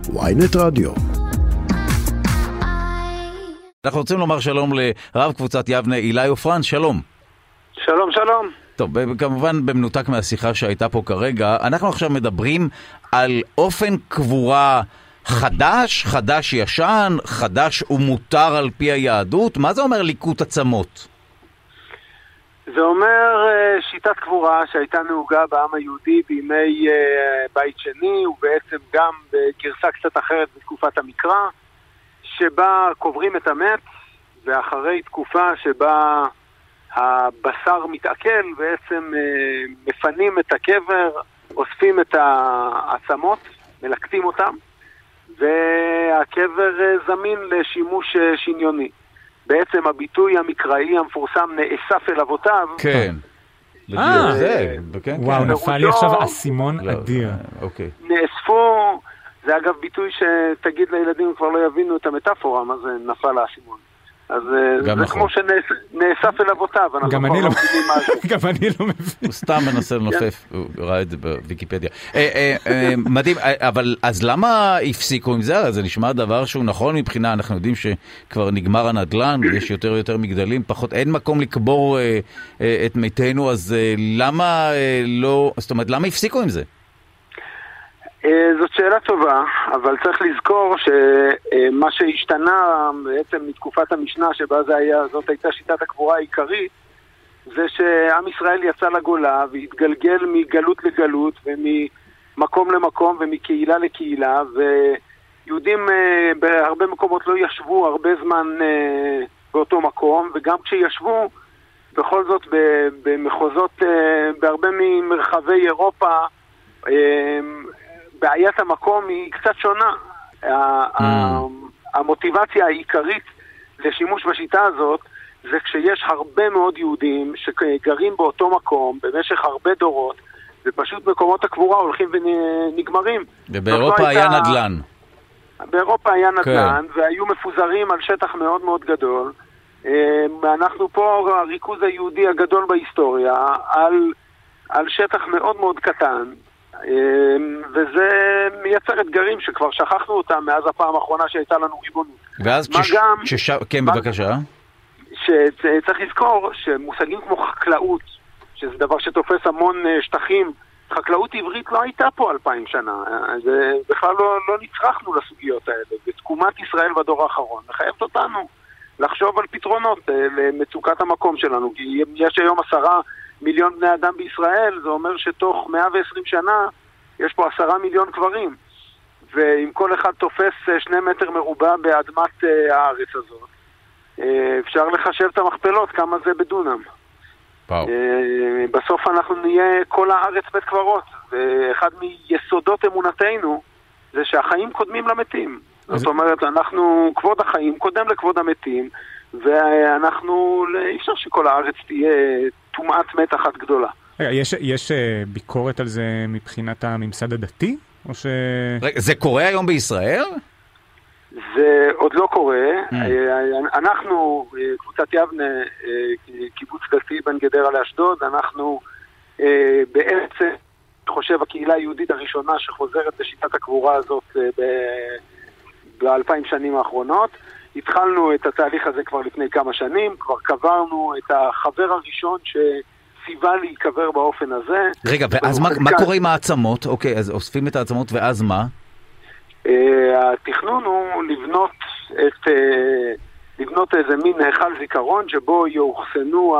ynet רדיו. אנחנו רוצים לומר שלום לרב קבוצת יבנה, אילי עופרן, שלום. שלום, שלום. טוב, כמובן במנותק מהשיחה שהייתה פה כרגע, אנחנו עכשיו מדברים על אופן קבורה חדש ישן, חדש ומותר על פי היהדות. מה זה אומר ליקוט עצמות? זה אומר שיטת קבורה שהייתה נהוגה בעם היהודי בימי בית שני, ובעצם גם בגרסה קצת אחרת בתקופת המקרא, שבה קוברים את המת, ואחרי תקופה שבה הבשר מתעכל, בעצם מפנים את הקבר, אוספים את העצמות, מלקטים אותם, והקבר זמין לשימוש שניוני. בעצם הביטוי המקראי המפורסם נאסף אל אבותיו. כן. וואו, נפל לי עכשיו אסימון אדיר. נאספו, זה אגב ביטוי שתגיד לילדים כבר לא יבינו את המטאפורה, מה זה נפל האסימון. אז זה כמו שנאסף אל אבותיו. גם אני לא מבין. הוא סתם מנסה לנופף, הוא ראה את זה בוויקיפדיה. מדהים, אבל אז למה הפסיקו עם זה? זה נשמע דבר שהוא נכון מבחינה, אנחנו יודעים שכבר נגמר הנדל"ן, יש יותר ויותר מגדלים, פחות, אין מקום לקבור את מתינו, אז למה לא, זאת אומרת, למה הפסיקו עם זה? זאת שאלה טובה, אבל צריך לזכור שמה שהשתנה בעצם מתקופת המשנה שבה זאת הייתה שיטת הקבורה העיקרית, זה שעם ישראל יצא לגולה והתגלגל מגלות לגלות וממקום למקום ומקהילה לקהילה, ויהודים בהרבה מקומות לא ישבו הרבה זמן באותו מקום, וגם כשישבו בכל זאת במחוזות בהרבה ממרחבי אירופה בעיית המקום היא קצת שונה. המוטיבציה העיקרית לשימוש בשיטה הזאת זה כשיש הרבה מאוד יהודים שגרים באותו מקום במשך הרבה דורות, ופשוט מקומות הקבורה הולכים ונגמרים. ובאירופה היה נדל"ן. באירופה היה נדל"ן, והיו מפוזרים על שטח מאוד מאוד גדול. אנחנו פה הריכוז היהודי הגדול בהיסטוריה על שטח מאוד מאוד קטן, וזה מייצר אתגרים שכבר שכחנו אותם מאז הפעם האחרונה שהייתה לנו ריבונות. ואז כן, בבקשה. שצריך לזכור שמושגים כמו חקלאות, שזה דבר שתופס המון שטחים, חקלאות עברית לא הייתה פה 2000 שנה. זה בכלל לא נצרכנו לסוגיות האלה. ותקומת ישראל בדור האחרון מחייבת אותנו לחשוב על פתרונות למצוקת המקום שלנו. כי יש היום 10 מיליון בני אדם בישראל, זה אומר שתוך 120 שנה יש פה 10 מיליון קברים. ואם כל אחד תופס 2 מטר מרובע באדמת הארץ הזאת, אפשר לחשב את המכפלות, כמה זה בדונם. בסוף אנחנו נהיה כל הארץ בית קברות, ואחד מיסודות אמונתנו זה שהחיים קודמים למתים. זאת אומרת, אנחנו, כבוד החיים קודם לכבוד המתים, ואנחנו, אי אפשר שכל הארץ תהיה תומעת מת אחת גדולה. יש ביקורת על זה מבחינת הממסד הדתי? זה קורה היום בישראל? זה עוד לא קורה. אנחנו, קבוצת יבנה, קיבוץ דתי בין גדרה לאשדוד, אנחנו בעצם, חושב, הקהילה היהודית הראשונה שחוזרת לשיטת הקבורה הזאת ב-2000 שנים האחרונות. התחלנו את התהליך הזה כבר לפני כמה שנים, כבר קברנו את החבר הראשון שציווה להיקבר באופן הזה. רגע, ואז מה קורה עם העצמות? אוקיי, אז אוספים את העצמות, ואז מה? התכנון הוא לבנות איזה מין היכל זיכרון שבו יאוחסנו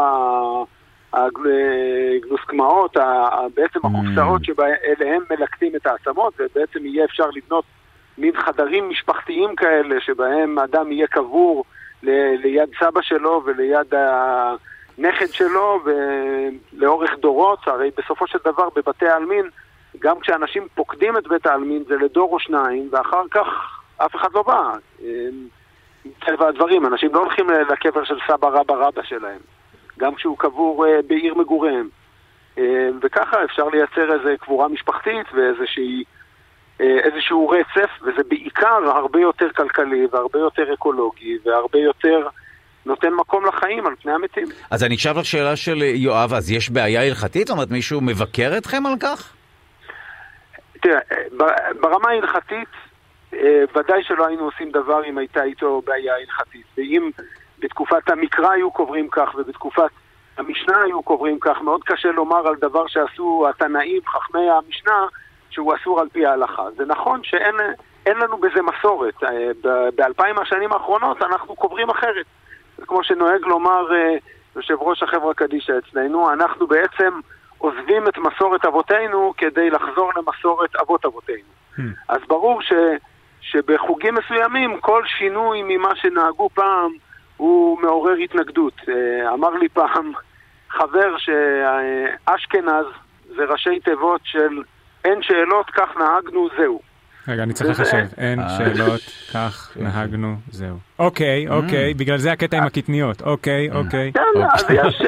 הגלוסקמאות, בעצם הקופסאות שאליהם מלקטים את העצמות, ובעצם יהיה אפשר לבנות מין חדרים משפחתיים כאלה שבהם אדם יהיה קבור ליד סבא שלו וליד הנכד שלו ולאורך דורות. הרי בסופו של דבר בבתי העלמין, גם כשאנשים פוקדים את בית העלמין זה לדור או שניים, ואחר כך אף אחד לא בא. טבע הדברים, אנשים לא הולכים לקבר של סבא רבא שלהם, גם כשהוא קבור בעיר מגוריהם. וככה אפשר לייצר איזו קבורה משפחתית ואיזשהו רצף, וזה בעיקר הרבה יותר כלכלי והרבה יותר אקולוגי והרבה יותר נותן מקום לחיים על פני המתים. אז אני חושב לשאלה של יואב, אז יש בעיה הלכתית? זאת אומרת, מישהו מבקר אתכם על כך? תראה, ברמה ההלכתית ודאי שלא היינו עושים דבר אם הייתה איתו בעיה הלכתית. ואם בתקופת המקרא היו קוברים כך ובתקופת המשנה היו קוברים כך, מאוד קשה לומר על דבר שעשו התנאים, חכמי המשנה, שהוא אסור על פי ההלכה. זה נכון שאין לנו בזה מסורת. ב-2000 השנים האחרונות אנחנו קוברים אחרת. כמו שנוהג לומר יושב ראש החברה קדישא אצלנו, אנחנו בעצם עוזבים את מסורת אבותינו כדי לחזור למסורת אבות אבותינו. אז ברור שבחוגים מסוימים כל שינוי ממה שנהגו פעם הוא מעורר התנגדות. אמר לי פעם חבר שאשכנז זה ראשי תיבות של אין שאלות, כך נהגנו, זהו. רגע, אני צריך לחשב. אין שאלות, כך נהגנו, זהו. אוקיי, בגלל זה הקטע עם הקטניות. אוקיי. כן, אז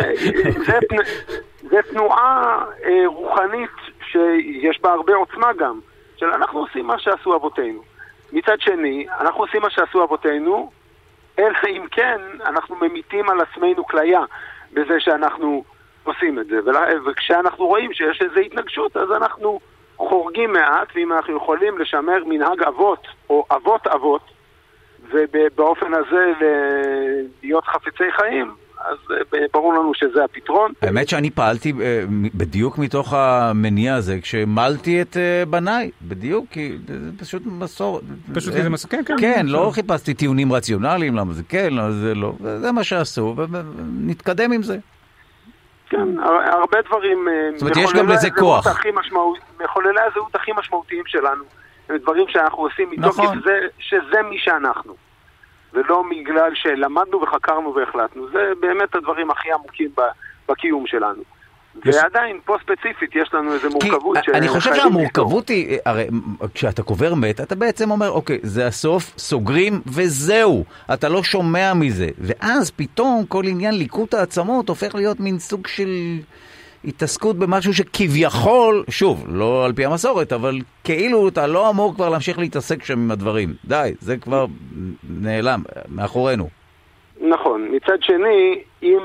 זה תנועה רוחנית שיש בה הרבה עוצמה גם, של אנחנו עושים מה שעשו אבותינו. מצד שני, אנחנו עושים מה שעשו אבותינו, אלא אם כן אנחנו ממיתים על עצמנו כליה בזה שאנחנו עושים את זה. וכשאנחנו רואים שיש איזו התנגשות, אז אנחנו חורגים מעט, ואם אנחנו יכולים לשמר מנהג אבות או אבות אבות, ובאופן הזה להיות חפצי חיים, אז ברור לנו שזה הפתרון. האמת שאני פעלתי בדיוק מתוך המניע הזה, כשמלתי את בניי, בדיוק, כי זה פשוט מסורת. פשוט כי זה מסורת, כן. כן, לא חיפשתי טיעונים רציונליים, למה זה כן, למה זה לא. זה מה שעשו, ונתקדם עם זה. כן, הרבה דברים. זאת אומרת, יש גם לזה כוח. מחוללי הזהות הכי משמעותיים שלנו, הם דברים שאנחנו עושים מתוקף זה, שזה מי שאנחנו. ולא בגלל שלמדנו וחקרנו והחלטנו. זה באמת הדברים הכי עמוקים בקיום שלנו. ועדיין, פה ספציפית, יש לנו איזו מורכבות. אני חושב שהמורכבות היא, הרי כשאתה קובר מת, אתה בעצם אומר, אוקיי, זה הסוף, סוגרים וזהו. אתה לא שומע מזה. ואז פתאום כל עניין ליקוט העצמות הופך להיות מין סוג של התעסקות במשהו שכביכול, שוב, לא על פי המסורת, אבל כאילו אתה לא אמור כבר להמשיך להתעסק שם עם הדברים. די, זה כבר נעלם, מאחורינו. נכון. מצד שני,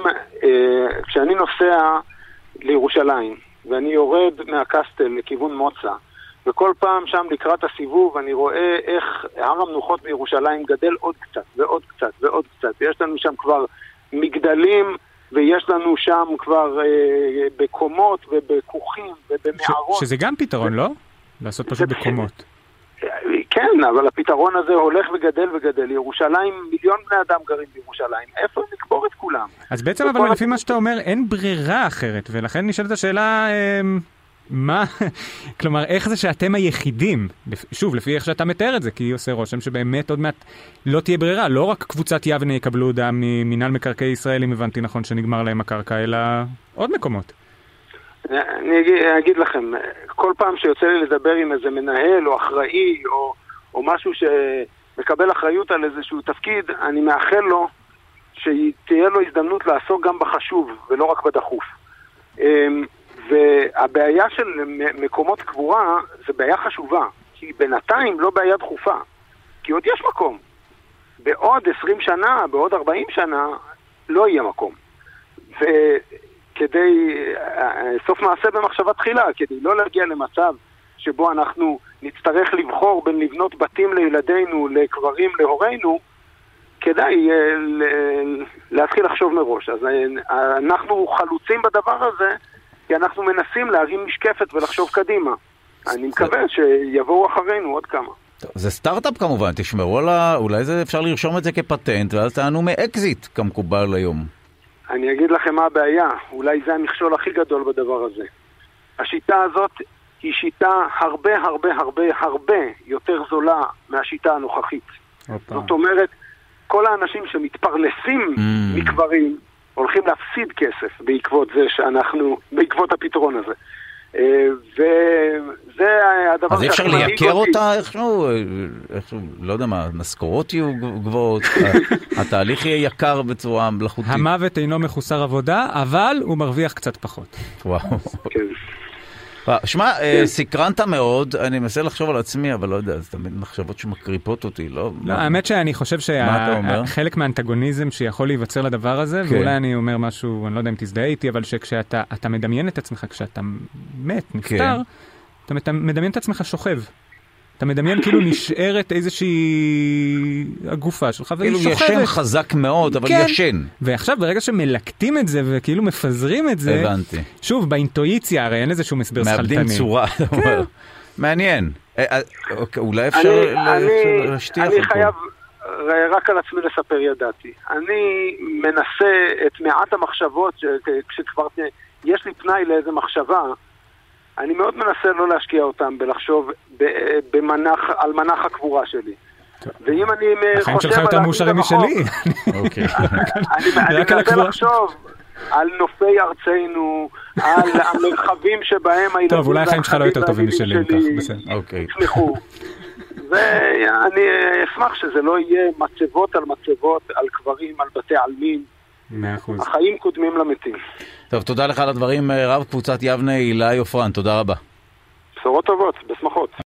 כשאני נוסע לירושלים, ואני יורד מהקסטל לכיוון מוצא, וכל פעם שם לקראת הסיבוב אני רואה איך הר המנוחות בירושלים גדל עוד קצת ועוד קצת ועוד קצת, ויש לנו שם כבר מגדלים, ויש לנו שם כבר בקומות ובכוחים ובמערות. שזה גם פתרון, לא? לעשות פשוט בקומות. כן, אבל הפתרון הזה הולך וגדל וגדל. ירושלים, מיליון בני אדם גרים בירושלים. איפה הם לקבור את כולם? אז בעצם, אבל לפי מה שאתה אומר, אין ברירה אחרת, ולכן נשאלת השאלה, מה? כלומר, איך זה שאתם היחידים? שוב, לפי איך שאתה מתאר את זה, כי עושה רושם שבאמת עוד מעט לא תהיה ברירה. לא רק קבוצת יבנה יקבלו הודעה ממינהל מקרקעי ישראל, אם הבנתי נכון שנגמר להם הקרקע, אלא עוד מקומות. אני אגיד לכם, כל פעם שיוצא לי לדבר עם איזה מנהל או אחראי או משהו שמקבל אחריות על איזשהו תפקיד, אני מאחל לו שתהיה לו הזדמנות לעסוק גם בחשוב ולא רק בדחוף. והבעיה של מקומות קבורה זה בעיה חשובה, כי בינתיים לא בעיה דחופה, כי עוד יש מקום. בעוד 20 שנה, בעוד 40 שנה, לא יהיה מקום. כדי סוף מעשה במחשבה תחילה, כדי לא להגיע למצב שבו אנחנו נצטרך לבחור בין לבנות בתים לילדינו, לקברים להורינו, כדאי להתחיל לחשוב מראש. אז אנחנו חלוצים בדבר הזה, כי אנחנו מנסים להרים משקפת ולחשוב קדימה. אני מקווה שיבואו אחרינו עוד כמה. זה סטארט-אפ כמובן, תשמרו לה, אולי זה אפשר לרשום את זה כפטנט, ואז תענו מאקזיט כמקובל היום. אני אגיד לכם מה הבעיה, אולי זה המכשול הכי גדול בדבר הזה. השיטה הזאת היא שיטה הרבה הרבה הרבה הרבה יותר זולה מהשיטה הנוכחית. זאת אומרת, כל האנשים שמתפרנסים מקברים הולכים להפסיד כסף בעקבות זה בעקבות הפתרון הזה. וזה הדבר... אז אפשר לייקר אותה איכשהו, לא יודע מה, משכורות יהיו גבוהות, התהליך יהיה יקר בצורה מלאכותית. המוות אינו מחוסר עבודה, אבל הוא מרוויח קצת פחות. וואו. שמע, סקרנת מאוד, אני מנסה לחשוב על עצמי, אבל לא יודע, זה תמיד מחשבות שמקריפות אותי, לא? האמת שאני חושב שחלק מהאנטגוניזם שיכול להיווצר לדבר הזה, ואולי אני אומר משהו, אני לא יודע אם תזדהה איתי, אבל שכשאתה מדמיין את עצמך, כשאתה מת, נפטר, אתה מדמיין את עצמך שוכב. אתה מדמיין כאילו נשארת איזושהי הגופה שלך, והיא שוכבת. כאילו ישן חזק מאוד, אבל ישן. ועכשיו ברגע שמלקטים את זה וכאילו מפזרים את זה, הבנתי. שוב, באינטואיציה, הרי אין איזשהו מסבר שכלתני. מאבדים צורה. מעניין. אולי אפשר להשטיח אותו. אני חייב רק על עצמי לספר ידעתי. אני מנסה את מעט המחשבות, כשכבר יש לי פנאי לאיזה מחשבה, אני מאוד מנסה לא להשקיע אותם בלחשוב על מנח הקבורה שלי. ואם אני החיים שלך יותר מאושרים משלי. אני מנסה לחשוב על נופי ארצנו, על המרחבים שבהם הילדים... טוב, אולי החיים שלך לא יותר טובים משלי. תסמכו. ואני אשמח שזה לא יהיה מצבות על מצבות, על קברים, על בתי עלמין. 100%. החיים קודמים למתים. טוב, תודה לך על הדברים, רב קבוצת יבנה, אילי עופרן, תודה רבה. בשורות טובות, בשמחות.